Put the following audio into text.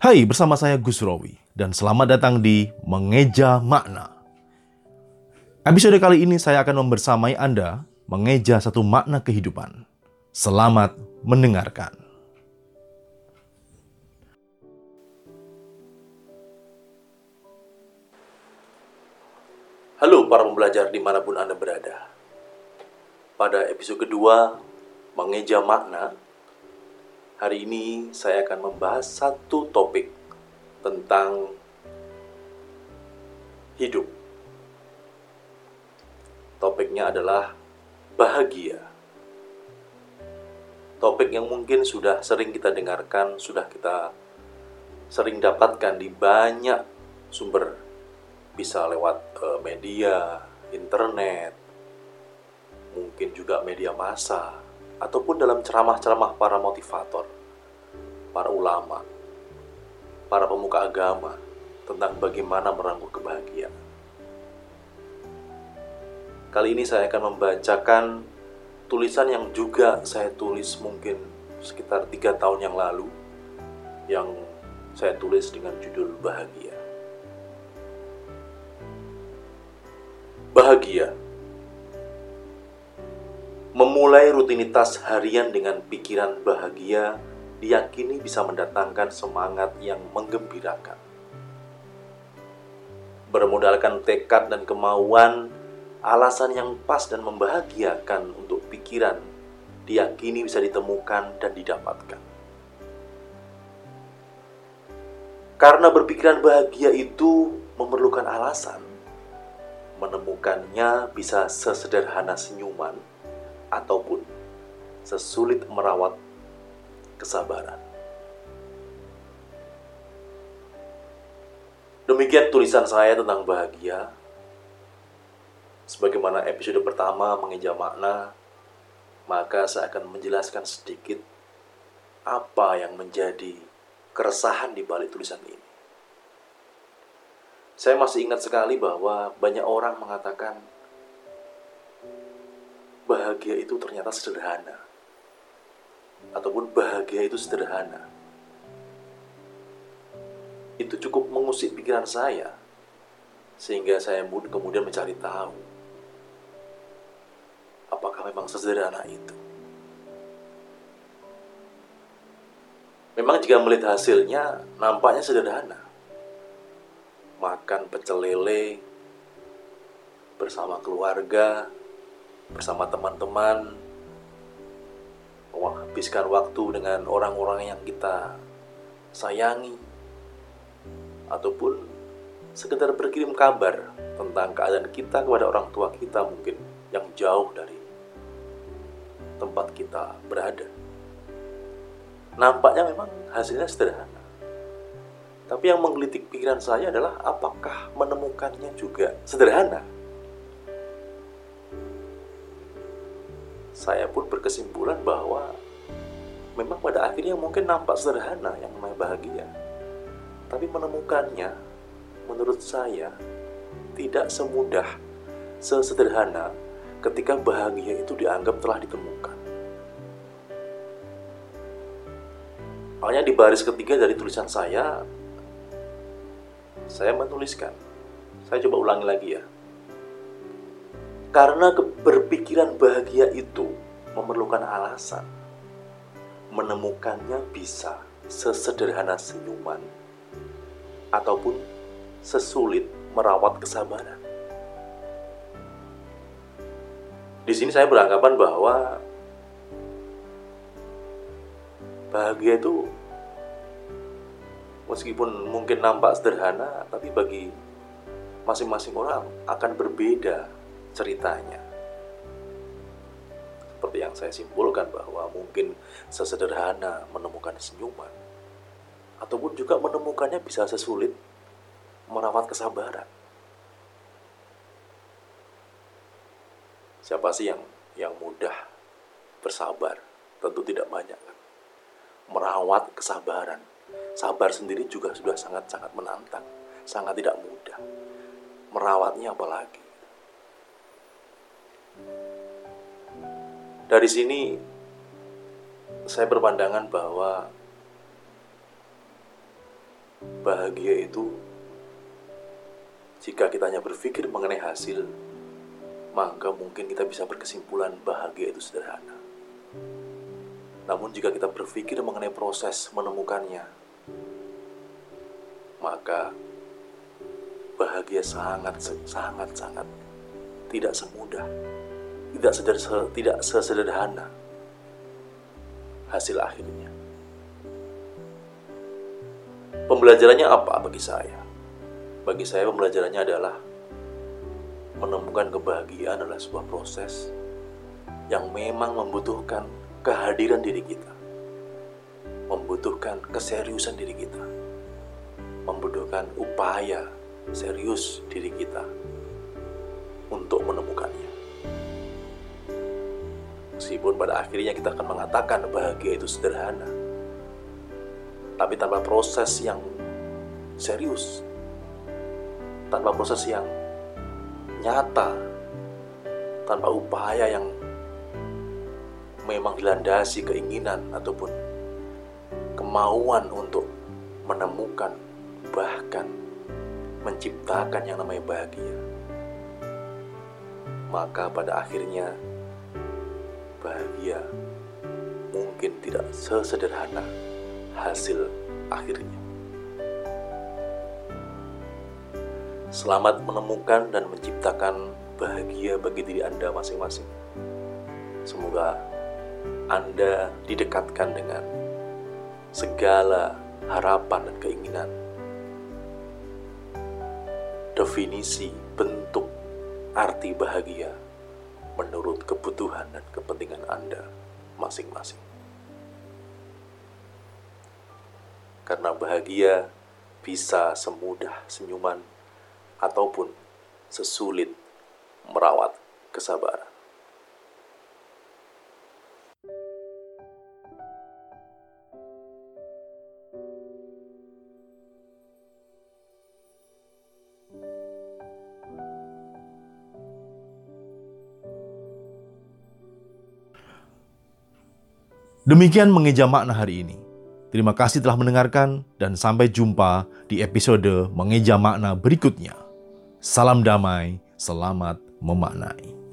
Hai, bersama saya Gus Rowi, dan selamat datang di Mengeja Makna. Episode kali ini saya akan membersamai Anda mengeja satu makna kehidupan. Selamat mendengarkan. Halo para pembelajar dimanapun Anda berada. Pada episode kedua, Mengeja Makna, hari ini saya akan membahas satu topik tentang hidup. Topiknya adalah bahagia. Topik yang mungkin sudah sering kita dengarkan, sudah kita sering dapatkan di banyak sumber. Bisa lewat media, internet, mungkin juga media massa, ataupun dalam ceramah-ceramah para motivator, para ulama, para pemuka agama tentang bagaimana merangkul kebahagiaan. Kali ini saya akan membacakan tulisan yang juga saya tulis mungkin sekitar 3 tahun yang lalu, yang saya tulis dengan judul Bahagia. Bahagia. Memulai rutinitas harian dengan pikiran bahagia diyakini bisa mendatangkan semangat yang menggembirakan. Bermodalkan tekad dan kemauan, alasan yang pas dan membahagiakan untuk pikiran diyakini bisa ditemukan dan didapatkan. Karena berpikiran bahagia itu memerlukan alasan, menemukannya bisa sesederhana senyuman ataupun sesulit merawat kesabaran. Demikian tulisan saya tentang bahagia. Sebagaimana episode pertama mengeja makna, maka saya akan menjelaskan sedikit apa yang menjadi keresahan di balik tulisan ini. Saya masih ingat sekali bahwa banyak orang mengatakan bahagia itu ternyata sederhana, ataupun bahagia itu sederhana. Itu cukup mengusik pikiran saya, sehingga saya kemudian mencari tahu apakah memang sesederhana itu. Memang jika melihat hasilnya nampaknya sederhana. Makan pecel lele bersama keluarga, bersama teman-teman, menghabiskan waktu dengan orang-orang yang kita sayangi, ataupun sekedar berkirim kabar tentang keadaan kita kepada orang tua kita mungkin yang jauh dari tempat kita berada. Nampaknya memang hasilnya sederhana. Tapi yang menggelitik pikiran saya adalah apakah menemukannya juga sederhana? Saya pun berkesimpulan bahwa memang pada akhirnya mungkin nampak sederhana yang namanya bahagia. Tapi menemukannya, menurut saya, tidak semudah, sesederhana ketika bahagia itu dianggap telah ditemukan. Makanya di baris ketiga dari tulisan saya menuliskan, saya coba ulangi lagi ya. Karena berpikiran bahagia itu memerlukan alasan, menemukannya bisa sesederhana senyuman ataupun sesulit merawat kesabaran. Di sini saya beranggapan bahwa bahagia itu meskipun mungkin nampak sederhana, tapi bagi masing-masing orang akan berbeda ceritanya. Seperti yang saya simpulkan bahwa mungkin sesederhana menemukan senyuman, ataupun juga menemukannya bisa sesulit merawat kesabaran. Siapa sih yang mudah bersabar? Tentu tidak banyak kan. Merawat kesabaran, sabar sendiri juga sudah sangat-sangat menantang, sangat tidak mudah. Merawatnya apalagi. Dari sini saya berpandangan bahwa bahagia itu, jika kita hanya berpikir mengenai hasil, maka mungkin kita bisa berkesimpulan bahagia itu sederhana. Namun jika kita berpikir mengenai proses menemukannya, maka bahagia sangat tidak semudah, tidak sesederhana hasil akhirnya. Pembelajarannya apa bagi saya? Bagi saya pembelajarannya adalah menemukan kebahagiaan adalah sebuah proses yang memang membutuhkan kehadiran diri kita, membutuhkan keseriusan diri kita, membutuhkan upaya serius diri kita untuk menemukannya. Meskipun pada akhirnya kita akan mengatakan bahagia itu sederhana, tapi tanpa proses yang serius, tanpa proses yang nyata, tanpa upaya yang memang dilandasi keinginan ataupun kemauan untuk menemukan, bahkan menciptakan yang namanya bahagia, maka pada akhirnya bahagia mungkin tidak sesederhana hasil akhirnya. Selamat menemukan dan menciptakan bahagia bagi diri Anda masing-masing. Semoga Anda didekatkan dengan segala harapan dan keinginan, definisi, bentuk, arti bahagia menurut kebutuhan dan kepentingan Anda masing-masing. Karena bahagia bisa semudah senyuman ataupun sesulit merawat kesabaran. Demikian mengeja makna hari ini. Terima kasih telah mendengarkan dan sampai jumpa di episode mengeja makna berikutnya. Salam damai, selamat memaknai.